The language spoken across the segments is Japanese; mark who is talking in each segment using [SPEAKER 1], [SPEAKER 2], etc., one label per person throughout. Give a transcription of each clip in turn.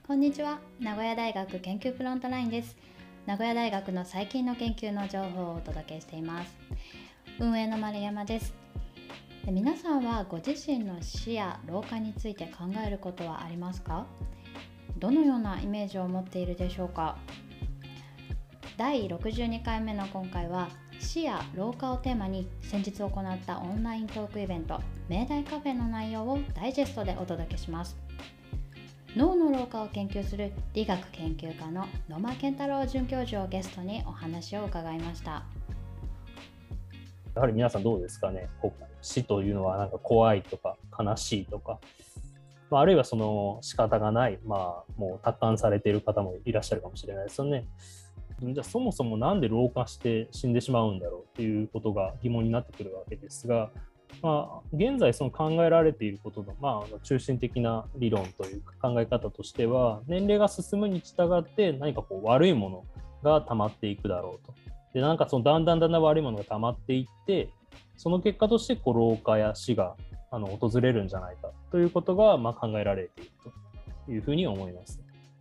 [SPEAKER 1] こんにちは。名古屋大学研究フロントラインです。名古屋大学の最近の研究の情報をお届けしています。運営の丸山です。皆さんはご自身の死や老化について考えることはありますか？どのようなイメージを持っているでしょうか？第62回目の今回は死や老化をテーマに先日行ったオンライントークイベント明大カフェの内容をダイジェストでお届けします。脳の老化を研究する理学研究家の野間健太郎准教授をゲストにお話を伺いました。
[SPEAKER 2] やはり皆さんどうですかね。死というのはなんか怖いとか悲しいとか、あるいはその仕方がない、もう達観されている方もいらっしゃるかもしれないですよね。じゃあそもそもなんで老化して死んでしまうんだろうということが疑問になってくるわけですが、現在その考えられていることの、中心的な理論というか考え方としては、年齢が進むに従って何か悪いものが溜まっていくだろうと。で、なんかそのだんだん悪いものが溜まっていって、その結果として老化や死が訪れるんじゃないかということが考えられているというふうに思います。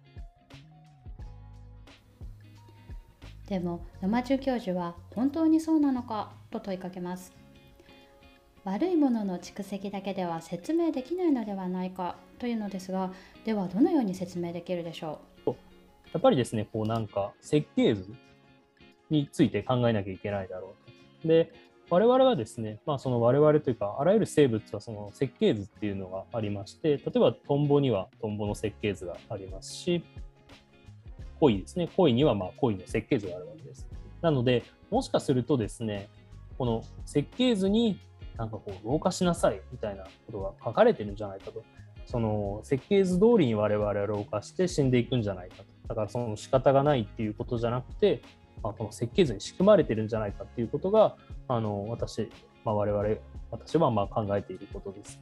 [SPEAKER 1] でも野間准教授は本当にそうなのかと問いかけます。悪いものの蓄積だけでは説明できないのではないかというのですが、ではどのように説明できるでしょう？
[SPEAKER 2] やっぱりですね、なんか設計図について考えなきゃいけないだろうと。で、我々はですね、その我々というか、あらゆる生物はその設計図っていうのがありまして、例えばトンボにはトンボの設計図がありますし、鯉ですね、鯉には鯉の設計図があるわけです。なので、もしかするとですね、この設計図になんか老化しなさいみたいなことが書かれてるんじゃないかと。その設計図通りに我々は老化して死んでいくんじゃないかと。だからその仕方がないっていうことじゃなくて、この設計図に仕組まれてるんじゃないかっていうことが、私は考えていることです。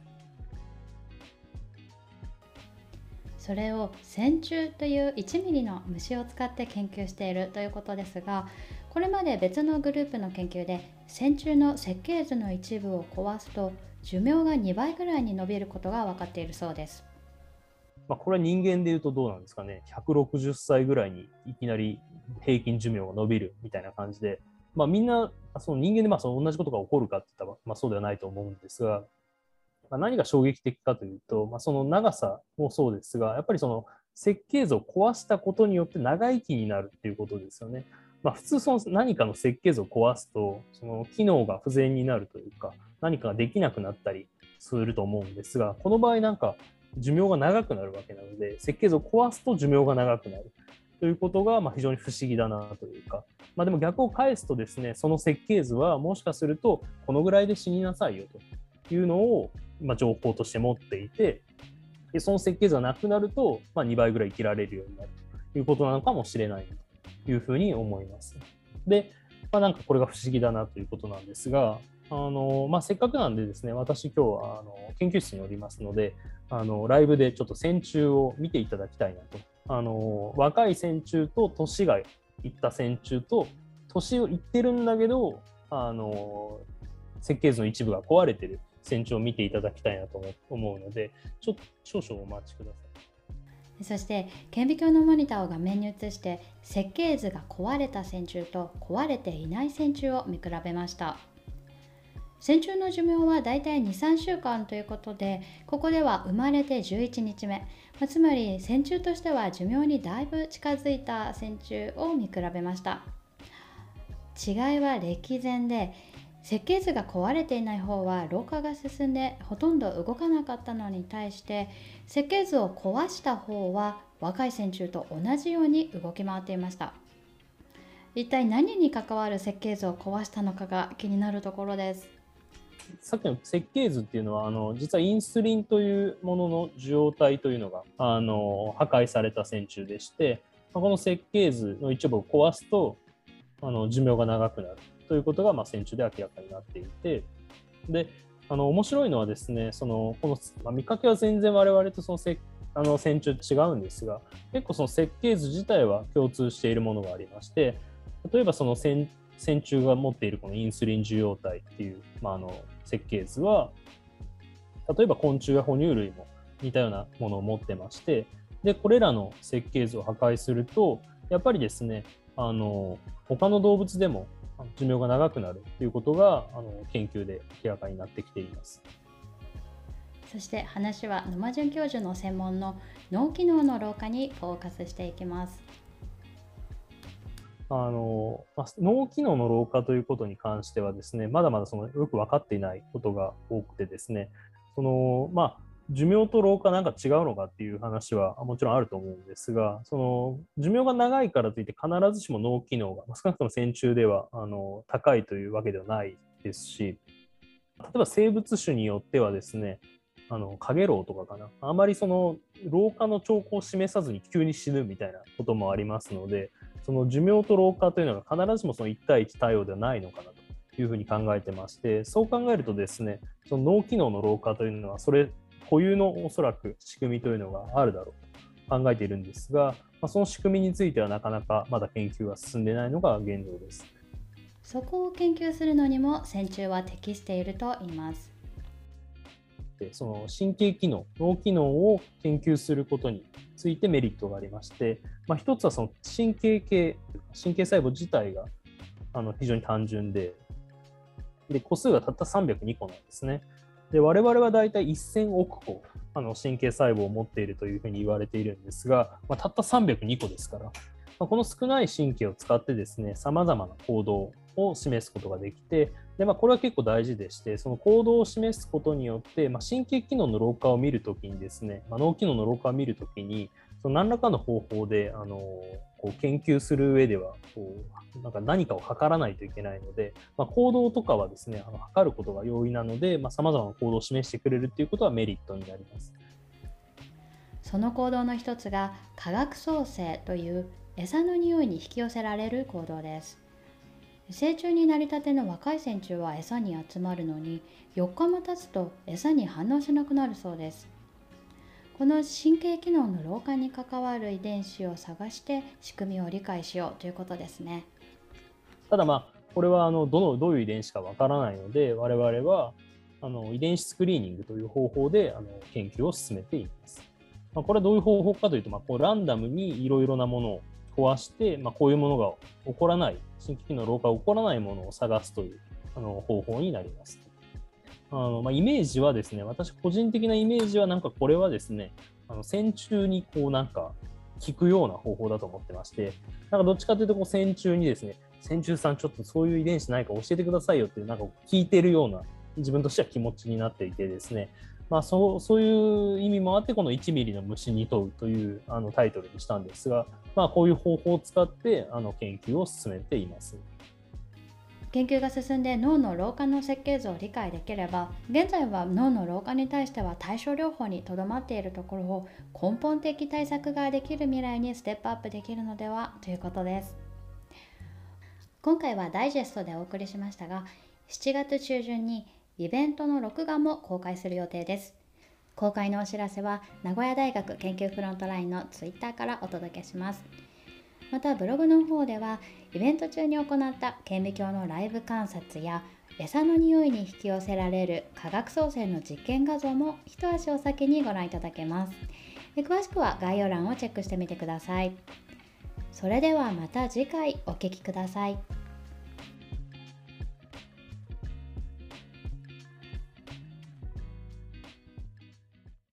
[SPEAKER 1] それを線虫という1ミリの虫を使って研究しているということですが、これまで別のグループの研究で線虫の設計図の一部を壊すと寿命が2倍ぐらいに伸びることが分かっているそうです。
[SPEAKER 2] これは人間でいうとどうなんですかね。160歳ぐらいにいきなり平均寿命が伸びるみたいな感じで、みんなその人間でその同じことが起こるかって言ったら、そうではないと思うんですが、何が衝撃的かというと、その長さもそうですが、やっぱりその設計図を壊したことによって長生きになるっていうことですよね。普通その何かの設計図を壊すと、その機能が不全になるというか、何かができなくなったりすると思うんですが、この場合なんか寿命が長くなるわけなので、設計図を壊すと寿命が長くなるということが非常に不思議だなというか、でも逆を返すとですね、その設計図はもしかするとこのぐらいで死になさいよというのを情報として持っていて、でその設計図がなくなると、2倍ぐらい生きられるようになるということなのかもしれないというふうに思います。で、なんかこれが不思議だなということなんですが、せっかくなんでですね、私今日は研究室におりますので、ライブでちょっと線虫を見ていただきたいなと。若い線虫と年がいった線虫と、年をいってるんだけど、設計図の一部が壊れてる線虫を見ていただきたいなと思うので、ちょっと少々お待ちください。
[SPEAKER 1] そして顕微鏡のモニターを画面に映して設計図が壊れた線虫と壊れていない線虫を見比べました。線虫の寿命はだいたい 2,3 週間ということで、ここでは生まれて11日目、つまり線虫としては寿命にだいぶ近づいた線虫を見比べました。違いは歴然で、設計図が壊れていない方は老化が進んでほとんど動かなかったのに対して、設計図を壊した方は若い線虫と同じように動き回っていました。一体何に関わる設計図を壊したのかが気になるところです。
[SPEAKER 2] さっきの設計図っていうのは実はインスリンというものの受容体というのが破壊された線虫でして、この設計図の一部を壊すと寿命が長くなるということが線虫で明らかになっていて、で面白いのはですね、この、見かけは全然我々とその線虫違うんですが、結構その設計図自体は共通しているものがありまして、例えばその線虫が持っているこのインスリン受容体っていう、設計図は、例えば昆虫や哺乳類も似たようなものを持ってまして、 で、これらの設計図を破壊すると、やっぱりですね、他の動物でも寿命が長くなるということが研究で明らかになってきています。
[SPEAKER 1] そして話は沼潤教授の専門の脳機能の老化にフォーカスしていきます。
[SPEAKER 2] 脳機能の老化ということに関してはですね、まだまだよく分かっていないことが多くてですね、寿命と老化なんか違うのかっていう話はもちろんあると思うんですが、寿命が長いからといって必ずしも脳機能が少なくとも線虫では高いというわけではないですし、例えば生物種によってはですね、カゲロウとかかな、あまり老化の兆候を示さずに急に死ぬみたいなこともありますので、寿命と老化というのが必ずしも1対1対応ではないのかなというふうに考えてまして、そう考えるとですね、脳機能の老化というのはそれ固有のおそらく仕組みというのがあるだろうと考えているんですが、その仕組みについてはなかなかまだ研究が進んでいないのが現状です。
[SPEAKER 1] そこを研究するのにも線虫は適していると言います。
[SPEAKER 2] その神経機能、脳機能を研究することについてメリットがありまして、一つは神経系、神経細胞自体が非常に単純で、個数がたった302個なんですね。で、我々はだいたい1000億個神経細胞を持っているというふうに言われているんですが、たった302個ですから、この少ない神経を使ってですね、様々な行動を示すことができて、でこれは結構大事でして、その行動を示すことによって、神経機能の老化を見るときにですね、脳機能の老化を見るときに、何らかの方法で研究する上では何かを測らないといけないので、行動とかはですね、測ることが容易なので、様々な行動を示してくれるということはメリットになります。
[SPEAKER 1] その行動の一つが化学創生という餌の匂いに引き寄せられる行動です。成虫になりたての若い線虫は餌に集まるのに4日も経つと餌に反応しなくなるそうです。この神経機能の老化に関わる遺伝子を探して仕組みを理解しようということですね。
[SPEAKER 2] ただこれはどういう遺伝子かわからないので、我々は遺伝子スクリーニングという方法で研究を進めています。これはどういう方法かというと、ランダムにいろいろなものを壊して、こういうものが起こらない、神経機能の老化が起こらないものを探すという方法になります。イメージはですね、私個人的なイメージはこれはですね、線虫に効くような方法だと思ってまして、どっちかというと線虫にですね、線虫さんちょっとそういう遺伝子ないか教えてくださいよっていう聞いてるような自分としては気持ちになっていてですね、そういう意味もあってこの1ミリの虫に問うというタイトルにしたんですが、こういう方法を使って研究を進めています。
[SPEAKER 1] 研究が進んで脳の老化の設計図を理解できれば、現在は脳の老化に対しては対症療法にとどまっているところを根本的対策ができる未来にステップアップできるのではということです。今回はダイジェストでお送りしましたが、7月中旬にイベントの録画も公開する予定です。公開のお知らせは名古屋大学研究フロントラインのツイッターからお届けします。またブログの方ではイベント中に行った顕微鏡のライブ観察や餌の匂いに引き寄せられる化学創生の実験画像も一足お先にご覧いただけます。詳しくは概要欄をチェックしてみてください。それではまた次回お聞きください。